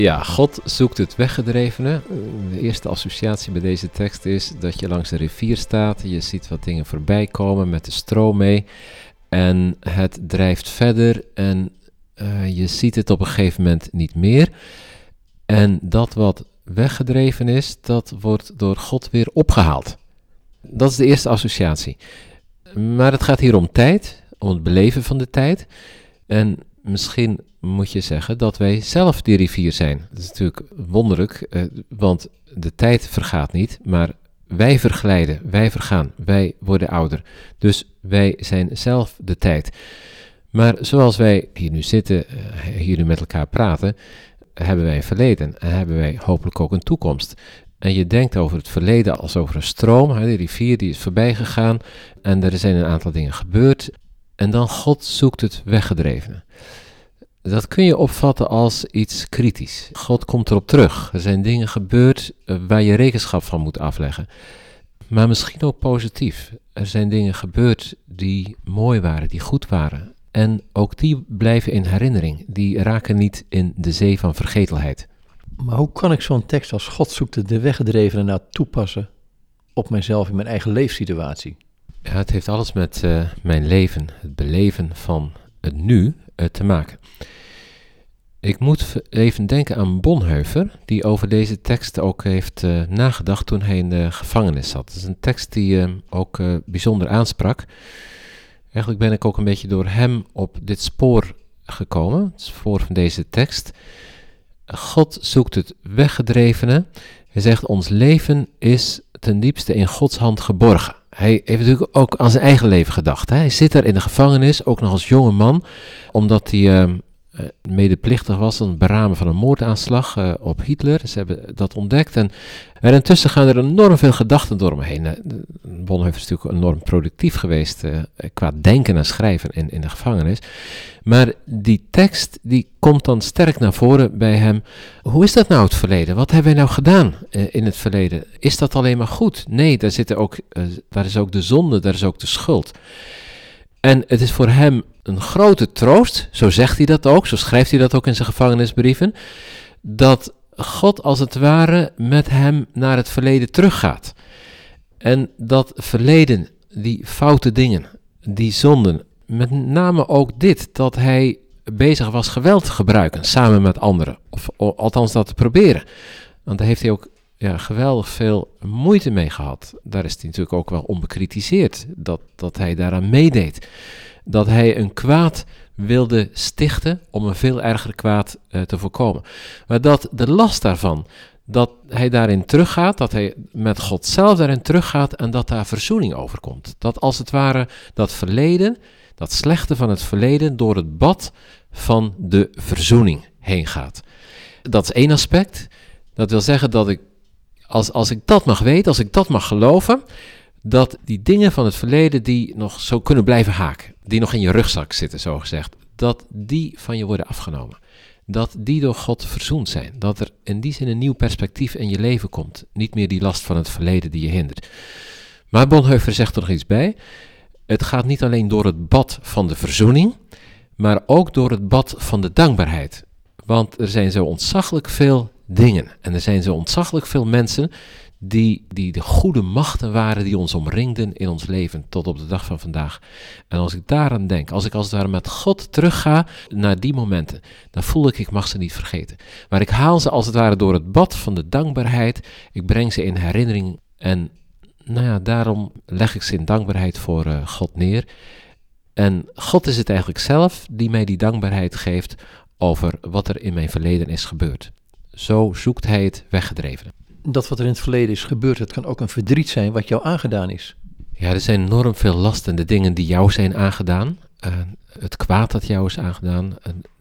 Ja, God zoekt het weggedrevene. De eerste associatie bij deze tekst is dat je langs een rivier staat. Je ziet wat dingen voorbij komen met de stroom mee. En het drijft verder en je ziet het op een gegeven moment niet meer. En dat wat weggedreven is, dat wordt door God weer opgehaald. Dat is de eerste associatie. Maar het gaat hier om tijd, om het beleven van de tijd. En misschien moet je zeggen dat wij zelf die rivier zijn. Dat is natuurlijk wonderlijk, want de tijd vergaat niet, maar wij verglijden, wij vergaan, wij worden ouder. Dus wij zijn zelf de tijd. Maar zoals wij hier nu zitten, hier nu met elkaar praten, hebben wij een verleden en hebben wij hopelijk ook een toekomst. En je denkt over het verleden als over een stroom, die rivier die is voorbij gegaan en er zijn een aantal dingen gebeurd. En dan God zoekt het weggedrevene. Dat kun je opvatten als iets kritisch. God komt erop terug. Er zijn dingen gebeurd waar je rekenschap van moet afleggen. Maar misschien ook positief. Er zijn dingen gebeurd die mooi waren, die goed waren. En ook die blijven in herinnering. Die raken niet in de zee van vergetelheid. Maar hoe kan ik zo'n tekst als God zoekt de weggedrevene nou toepassen op mijzelf in mijn eigen leefsituatie? Ja, het heeft alles met mijn leven, het beleven van het nu te maken. Ik moet even denken aan Bonhoeffer, die over deze tekst ook heeft nagedacht toen hij in de gevangenis zat. Het is een tekst die ook bijzonder aansprak. Eigenlijk ben ik ook een beetje door hem op dit spoor gekomen, het spoor van deze tekst. God zoekt het weggedrevene. Hij zegt, ons leven is ten diepste in Gods hand geborgen. Hij heeft natuurlijk ook aan zijn eigen leven gedacht. Hij zit daar in de gevangenis, ook nog als jonge man, omdat hij medeplichtig was aan het beramen van een moordaanslag op Hitler. Ze hebben dat ontdekt en intussen gaan er enorm veel gedachten door me heen. Bonhoeffer is natuurlijk enorm productief geweest qua denken en schrijven in de gevangenis. Maar die tekst die komt dan sterk naar voren bij hem. Hoe is dat nou het verleden? Wat hebben wij nou gedaan in het verleden? Is dat alleen maar goed? Nee, daar is ook de zonde, daar is ook de schuld. En het is voor hem een grote troost, zo zegt hij dat ook, zo schrijft hij dat ook in zijn gevangenisbrieven, dat God als het ware met hem naar het verleden teruggaat. En dat verleden, die foute dingen, die zonden, met name ook dit, dat hij bezig was geweld te gebruiken samen met anderen, of althans dat te proberen. Want daar heeft hij ook geweldig veel moeite mee gehad. Daar is hij natuurlijk ook wel onbekritiseerd, dat hij daaraan meedeed. Dat hij een kwaad wilde stichten om een veel erger kwaad te voorkomen. Maar dat de last daarvan, dat hij daarin teruggaat, dat hij met God zelf daarin teruggaat en dat daar verzoening overkomt. Dat als het ware dat verleden, dat slechte van het verleden, door het bad van de verzoening heen gaat. Dat is één aspect. Dat wil zeggen dat ik, als ik dat mag weten, als ik dat mag geloven, dat die dingen van het verleden die nog zo kunnen blijven haken, die nog in je rugzak zitten, zogezegd, dat die van je worden afgenomen. Dat die door God verzoend zijn. Dat er in die zin een nieuw perspectief in je leven komt. Niet meer die last van het verleden die je hindert. Maar Bonhoeffer zegt er nog iets bij. Het gaat niet alleen door het bad van de verzoening, maar ook door het bad van de dankbaarheid. Want er zijn zo ontzaglijk veel dingen. En er zijn zo ontzaglijk veel mensen die de goede machten waren die ons omringden in ons leven tot op de dag van vandaag. En als ik daaraan denk, als ik als het ware met God terugga naar die momenten, dan voel ik mag ze niet vergeten. Maar ik haal ze als het ware door het bad van de dankbaarheid, ik breng ze in herinnering en daarom leg ik ze in dankbaarheid voor God neer. En God is het eigenlijk zelf die mij die dankbaarheid geeft over wat er in mijn verleden is gebeurd. Zo zoekt hij het weggedreven. Dat wat er in het verleden is gebeurd, het kan ook een verdriet zijn wat jou aangedaan is. Ja, er zijn enorm veel lastende dingen die jou zijn aangedaan. Het kwaad dat jou is aangedaan.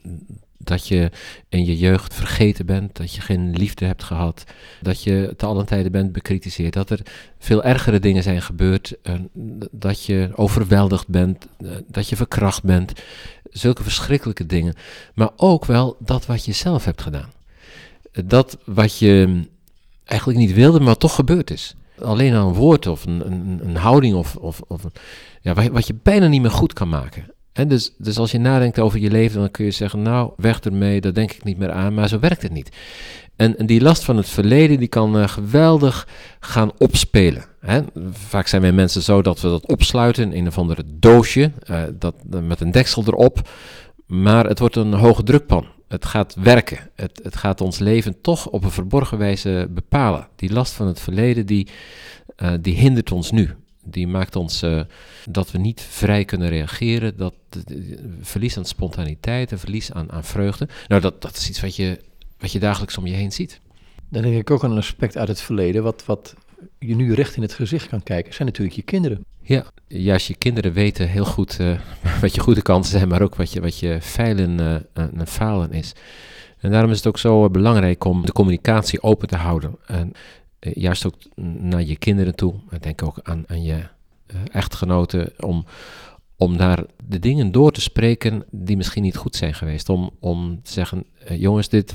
Dat je in je jeugd vergeten bent. Dat je geen liefde hebt gehad. Dat je te allen tijden bent bekritiseerd. Dat er veel ergere dingen zijn gebeurd. Dat je overweldigd bent. Dat je verkracht bent. Zulke verschrikkelijke dingen. Maar ook wel dat wat je zelf hebt gedaan. Dat wat je eigenlijk niet wilde, maar toch gebeurd is. Alleen aan een woord of een houding of wat je bijna niet meer goed kan maken. En dus als je nadenkt over je leven, dan kun je zeggen, nou, weg ermee, dat denk ik niet meer aan, maar zo werkt het niet. En die last van het verleden, die kan geweldig gaan opspelen. Hè? Vaak zijn wij mensen zo dat we dat opsluiten in een of andere doosje, met een deksel erop, maar het wordt een hoge drukpan. Het gaat werken. Het gaat ons leven toch op een verborgen wijze bepalen. Die last van het verleden, die hindert ons nu. Die maakt ons dat we niet vrij kunnen reageren. Dat verlies aan spontaniteit, een verlies aan vreugde. Nou, dat is iets wat je dagelijks om je heen ziet. Dan denk ik ook aan een aspect uit het verleden, wat je nu recht in het gezicht kan kijken, zijn natuurlijk je kinderen. Ja, juist je kinderen weten heel goed wat je goede kanten zijn, maar ook wat je feilen en falen is. En daarom is het ook zo belangrijk om de communicatie open te houden. En juist ook naar je kinderen toe. Ik denk ook aan je echtgenoten om daar de dingen door te spreken die misschien niet goed zijn geweest. Om te zeggen, jongens, dit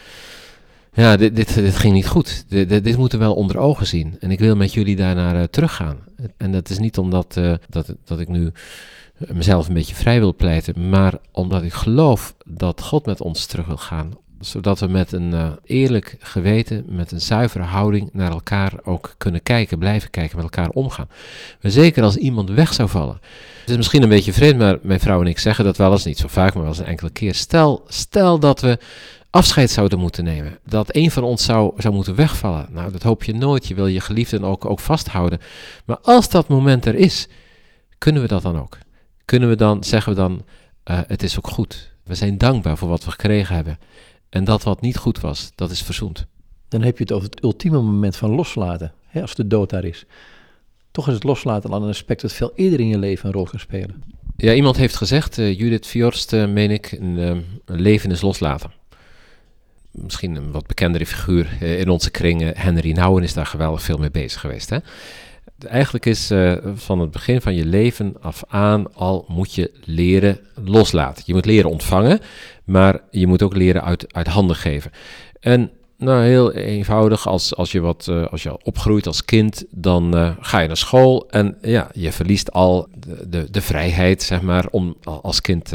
ging niet goed. Dit moeten we wel onder ogen zien. En ik wil met jullie daarnaar teruggaan. En dat is niet omdat dat ik nu mezelf een beetje vrij wil pleiten, maar omdat ik geloof dat God met ons terug wil gaan. Zodat we met een eerlijk geweten, met een zuivere houding naar elkaar ook kunnen kijken, blijven kijken, met elkaar omgaan. Maar zeker als iemand weg zou vallen. Het is misschien een beetje vreemd, maar mijn vrouw en ik zeggen dat wel eens, niet zo vaak, maar wel eens een enkele keer. Stel dat we afscheid zouden moeten nemen. Dat een van ons zou moeten wegvallen. Nou, dat hoop je nooit. Je wil je geliefden ook vasthouden. Maar als dat moment er is, kunnen we dat dan ook? Zeggen we dan, het is ook goed. We zijn dankbaar voor wat we gekregen hebben. En dat wat niet goed was, dat is verzoend. Dan heb je het over het ultieme moment van loslaten, hè, als de dood daar is. Toch is het loslaten al een aspect dat veel eerder in je leven een rol kan spelen. Ja, iemand heeft gezegd, Judith Viorst, meen ik, een leven is loslaten. Misschien een wat bekendere figuur in onze kringen, Henry Nouwen, is daar geweldig veel mee bezig geweest. Hè? Eigenlijk is van het begin van je leven af aan al moet je leren loslaten. Je moet leren ontvangen, maar je moet ook leren uit handen geven. En nou, heel eenvoudig, als je opgroeit als kind, dan ga je naar school en ja, je verliest al de vrijheid, zeg maar, om als kind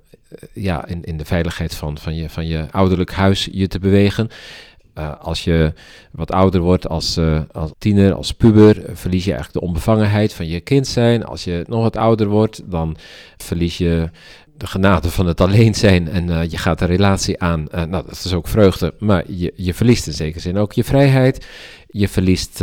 in de veiligheid van je ouderlijk huis je te bewegen. Als je wat ouder wordt als tiener, als puber, verlies je eigenlijk de onbevangenheid van je kind zijn. Als je nog wat ouder wordt, dan verlies je de genade van het alleen zijn en je gaat een relatie aan. Dat is ook vreugde, maar je verliest in zekere zin ook je vrijheid. Je verliest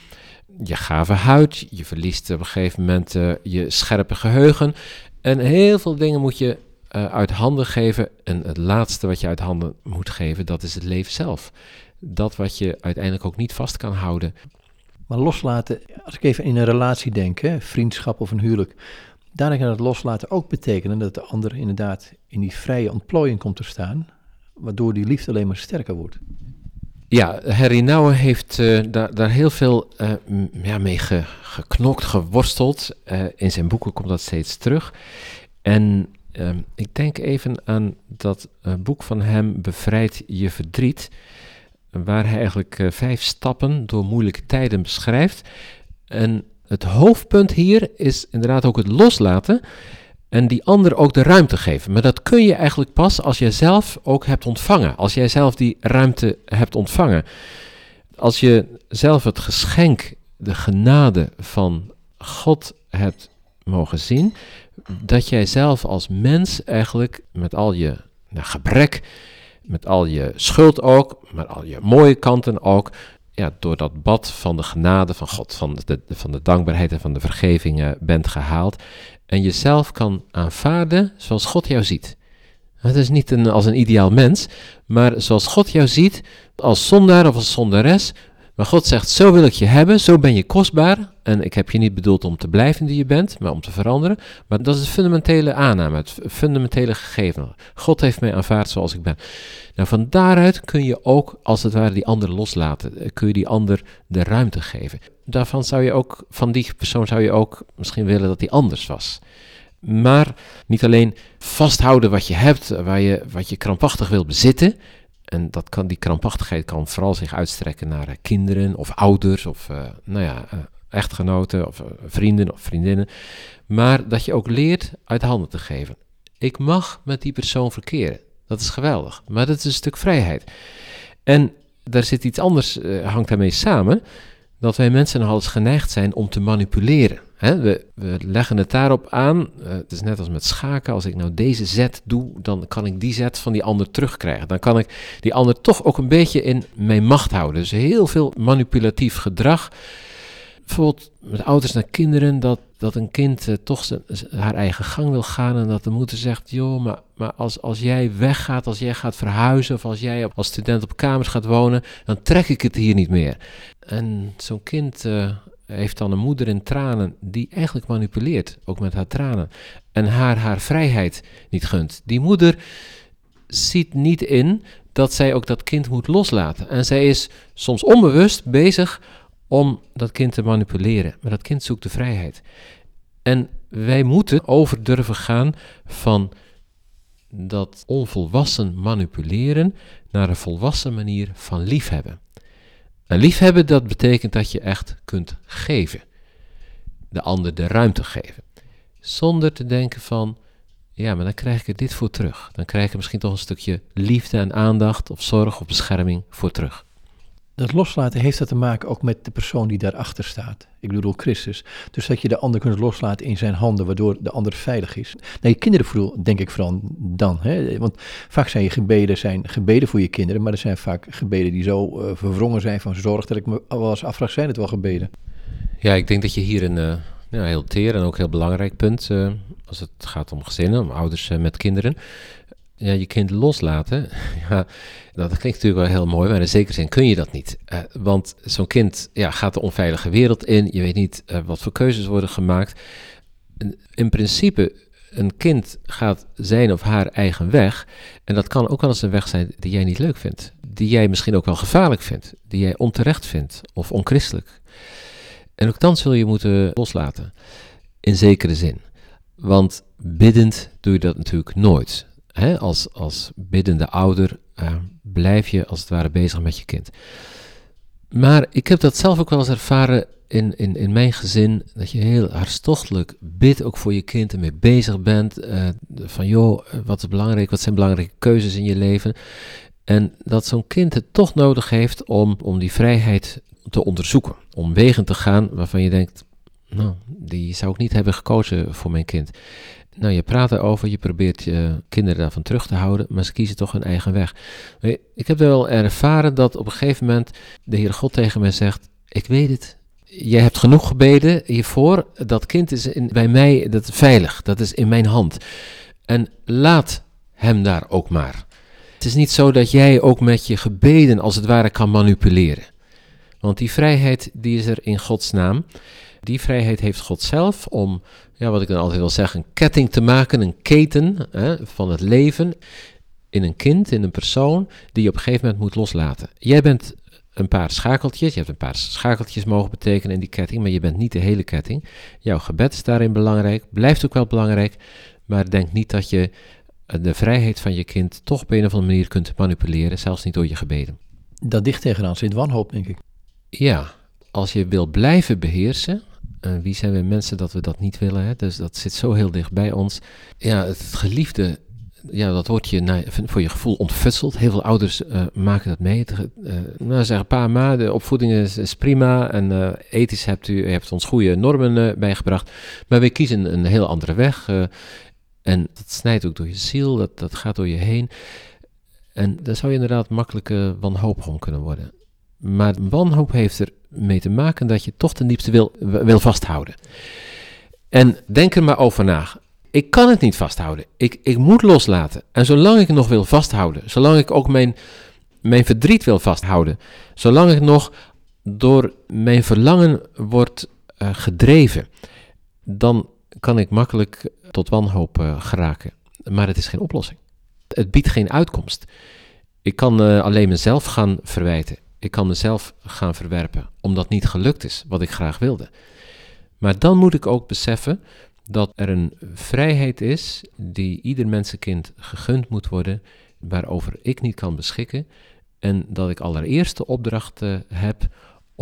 je gave huid, je verliest op een gegeven moment je scherpe geheugen. En heel veel dingen moet je uit handen geven. En het laatste wat je uit handen moet geven, dat is het leven zelf. Dat wat je uiteindelijk ook niet vast kan houden. Maar loslaten, als ik even in een relatie denk, hè, vriendschap of een huwelijk, daarin kan het loslaten ook betekenen dat de ander inderdaad in die vrije ontplooiing komt te staan, waardoor die liefde alleen maar sterker wordt. Ja, Henry Nouwen heeft daar heel veel mee geknokt, geworsteld. In zijn boeken komt dat steeds terug. En ik denk even aan dat boek van hem, Bevrijd je verdriet, waar hij eigenlijk 5 stappen door moeilijke tijden beschrijft. En het hoofdpunt hier is inderdaad ook het loslaten en die ander ook de ruimte geven. Maar dat kun je eigenlijk pas als jij zelf ook hebt ontvangen, als jij zelf die ruimte hebt ontvangen. Als je zelf het geschenk, de genade van God hebt mogen zien, dat jij zelf als mens eigenlijk met al je gebrek, met al je schuld ook, met al je mooie kanten ook, door dat bad van de genade van God, van de dankbaarheid en van de vergeving bent gehaald en jezelf kan aanvaarden zoals God jou ziet. Het is niet als een ideaal mens, maar zoals God jou ziet, als zondaar of als zondares. Maar God zegt, zo wil ik je hebben, zo ben je kostbaar. En ik heb je niet bedoeld om te blijven die je bent, maar om te veranderen. Maar dat is het fundamentele aanname, het fundamentele gegeven. God heeft mij aanvaard zoals ik ben. Nou, van daaruit kun je ook, als het ware, die ander loslaten. Kun je die ander de ruimte geven. Van die persoon zou je ook misschien willen dat die anders was. Maar niet alleen vasthouden wat je hebt, wat je krampachtig wil bezitten. En die krampachtigheid kan vooral zich uitstrekken naar kinderen of ouders of echtgenoten of vrienden of vriendinnen. Maar dat je ook leert uit handen te geven. Ik mag met die persoon verkeren. Dat is geweldig. Maar dat is een stuk vrijheid. En daar zit iets anders, hangt daarmee samen. Dat wij mensen nogal eens geneigd zijn om te manipuleren. We leggen het daarop aan. Het is net als met schaken. Als ik nou deze zet doe, dan kan ik die zet van die ander terugkrijgen. Dan kan ik die ander toch ook een beetje in mijn macht houden. Dus heel veel manipulatief gedrag. Bijvoorbeeld met ouders naar kinderen, dat een kind toch haar eigen gang wil gaan en dat de moeder zegt, joh, maar als jij weggaat, als jij gaat verhuizen of als jij als student op kamers gaat wonen, dan trek ik het hier niet meer. En zo'n kind heeft dan een moeder in tranen die eigenlijk manipuleert, ook met haar tranen, en haar vrijheid niet gunt. Die moeder ziet niet in dat zij ook dat kind moet loslaten. En zij is soms onbewust bezig om dat kind te manipuleren. Maar dat kind zoekt de vrijheid. En wij moeten over durven gaan van dat onvolwassen manipuleren naar een volwassen manier van liefhebben. En liefhebben, dat betekent dat je echt kunt geven. De ander de ruimte geven. Zonder te denken van, ja, maar dan krijg ik er dit voor terug. Dan krijg ik misschien toch een stukje liefde en aandacht of zorg of bescherming voor terug. Dat loslaten heeft dat te maken ook met de persoon die daarachter staat. Ik bedoel Christus. Dus dat je de ander kunt loslaten in zijn handen, waardoor de ander veilig is. Nou, je kinderen vooral, denk ik vooral dan. Hè? Want vaak zijn je gebeden voor je kinderen, maar er zijn vaak gebeden die zo verwrongen zijn van zorg, dat ik me wel eens afvraag, zijn het wel gebeden? Ja, ik denk dat je hier een heel teer en ook heel belangrijk punt, als het gaat om gezinnen, om ouders met kinderen. Ja, je kind loslaten, ja, dat klinkt natuurlijk wel heel mooi, maar in zekere zin kun je dat niet. Want zo'n kind gaat de onveilige wereld in, je weet niet wat voor keuzes worden gemaakt. In principe, een kind gaat zijn of haar eigen weg, en dat kan ook wel eens een weg zijn die jij niet leuk vindt. Die jij misschien ook wel gevaarlijk vindt, die jij onterecht vindt of onchristelijk. En ook dan zul je moeten loslaten, in zekere zin. Want biddend doe je dat natuurlijk nooit. Als biddende ouder blijf je als het ware bezig met je kind. Maar ik heb dat zelf ook wel eens ervaren in mijn gezin, dat je heel hartstochtelijk bidt ook voor je kind en mee bezig bent. Van joh, wat is belangrijk, wat zijn belangrijke keuzes in je leven. En dat zo'n kind het toch nodig heeft om die vrijheid te onderzoeken. Om wegen te gaan waarvan je denkt, nou, die zou ik niet hebben gekozen voor mijn kind. Nou, je praat erover, je probeert je kinderen daarvan terug te houden, maar ze kiezen toch hun eigen weg. Ik heb wel ervaren dat op een gegeven moment de Heere God tegen mij zegt, ik weet het, jij hebt genoeg gebeden hiervoor, dat kind is bij mij dat veilig, dat is in mijn hand. En laat hem daar ook maar. Het is niet zo dat jij ook met je gebeden als het ware kan manipuleren. Want die vrijheid die is er in Gods naam. Die vrijheid heeft God zelf om, wat ik dan altijd wil zeggen, een ketting te maken, een keten van het leven in een kind, in een persoon, die je op een gegeven moment moet loslaten. Jij bent een paar schakeltjes, je hebt een paar schakeltjes mogen betekenen in die ketting, maar je bent niet de hele ketting. Jouw gebed is daarin belangrijk, blijft ook wel belangrijk, maar denk niet dat je de vrijheid van je kind toch op een of andere manier kunt manipuleren, zelfs niet door je gebeden. Dat dicht tegenaan zit wanhoop, denk ik. Ja, als je wil blijven beheersen, wie zijn we mensen dat we dat niet willen, hè? Dus dat zit zo heel dicht bij ons. Ja, het geliefde, dat wordt je voor je gevoel ontfutseld. Heel veel ouders maken dat mee. Zeggen, pa, ma, de opvoeding is prima en ethisch hebt ons goede normen bijgebracht. Maar we kiezen een heel andere weg en dat snijdt ook door je ziel, dat gaat door je heen. En dan zou je inderdaad makkelijk wanhopig kunnen worden. Maar wanhoop heeft er mee te maken dat je toch ten diepste wil vasthouden. En denk er maar over na. Ik kan het niet vasthouden. Ik moet loslaten. En zolang ik nog wil vasthouden, zolang ik ook mijn verdriet wil vasthouden, zolang ik nog door mijn verlangen word gedreven, dan kan ik makkelijk tot wanhoop geraken. Maar het is geen oplossing. Het biedt geen uitkomst. Ik kan alleen mezelf gaan verwijten. Ik kan mezelf gaan verwerpen, omdat niet gelukt is wat ik graag wilde. Maar dan moet ik ook beseffen dat er een vrijheid is die ieder mensenkind gegund moet worden, waarover ik niet kan beschikken. En dat ik allereerst de opdracht heb om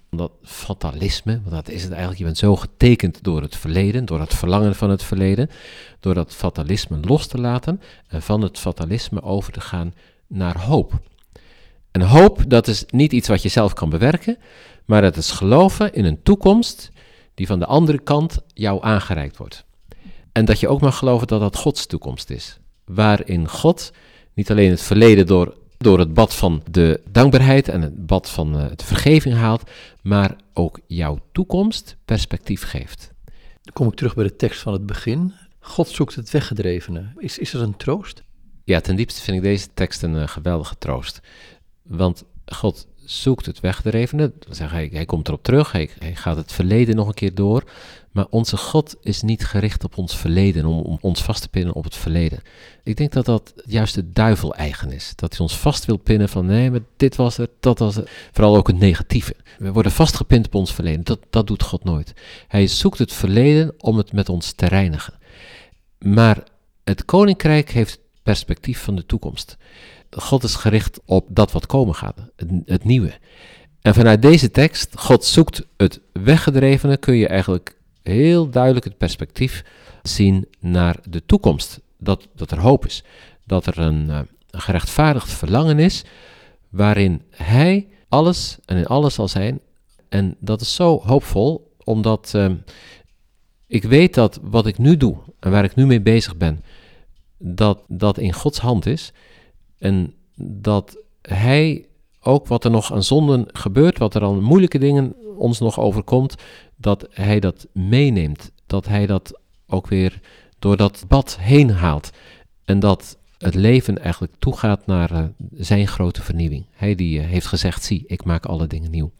dat fatalisme, want dat is het eigenlijk. Je bent zo getekend door het verleden, door het verlangen van het verleden, door dat fatalisme los te laten en van het fatalisme over te gaan naar hoop. En hoop, dat is niet iets wat je zelf kan bewerken, maar het is geloven in een toekomst die van de andere kant jou aangereikt wordt. En dat je ook mag geloven dat dat Gods toekomst is, waarin God niet alleen het verleden door het bad van de dankbaarheid en het bad van de vergeving haalt, maar ook jouw toekomst perspectief geeft. Dan kom ik terug bij de tekst van het begin. God zoekt het weggedrevene. Is er een troost? Ja, ten diepste vind ik deze tekst een geweldige troost. Want God zoekt het weggedrevene. Hij komt erop terug, hij gaat het verleden nog een keer door. Maar onze God is niet gericht op ons verleden, om ons vast te pinnen op het verleden. Ik denk dat dat juist de duivel eigen is. Dat hij ons vast wil pinnen van nee, maar dit was er, dat was er. Vooral ook het negatieve. We worden vastgepind op ons verleden. Dat doet God nooit. Hij zoekt het verleden om het met ons te reinigen. Maar het koninkrijk heeft perspectief van de toekomst. God is gericht op dat wat komen gaat, het nieuwe. En vanuit deze tekst, God zoekt het weggedrevene, kun je eigenlijk heel duidelijk het perspectief zien naar de toekomst. Dat er hoop is. Dat er een gerechtvaardigd verlangen is, waarin hij alles en in alles zal zijn. En dat is zo hoopvol, omdat ik weet dat wat ik nu doe en waar ik nu mee bezig ben, dat in Gods hand is. En dat hij ook wat er nog aan zonden gebeurt, wat er aan moeilijke dingen ons nog overkomt, dat hij dat meeneemt. Dat hij dat ook weer door dat bad heen haalt. En dat het leven eigenlijk toegaat naar zijn grote vernieuwing. Hij die heeft gezegd, zie, ik maak alle dingen nieuw.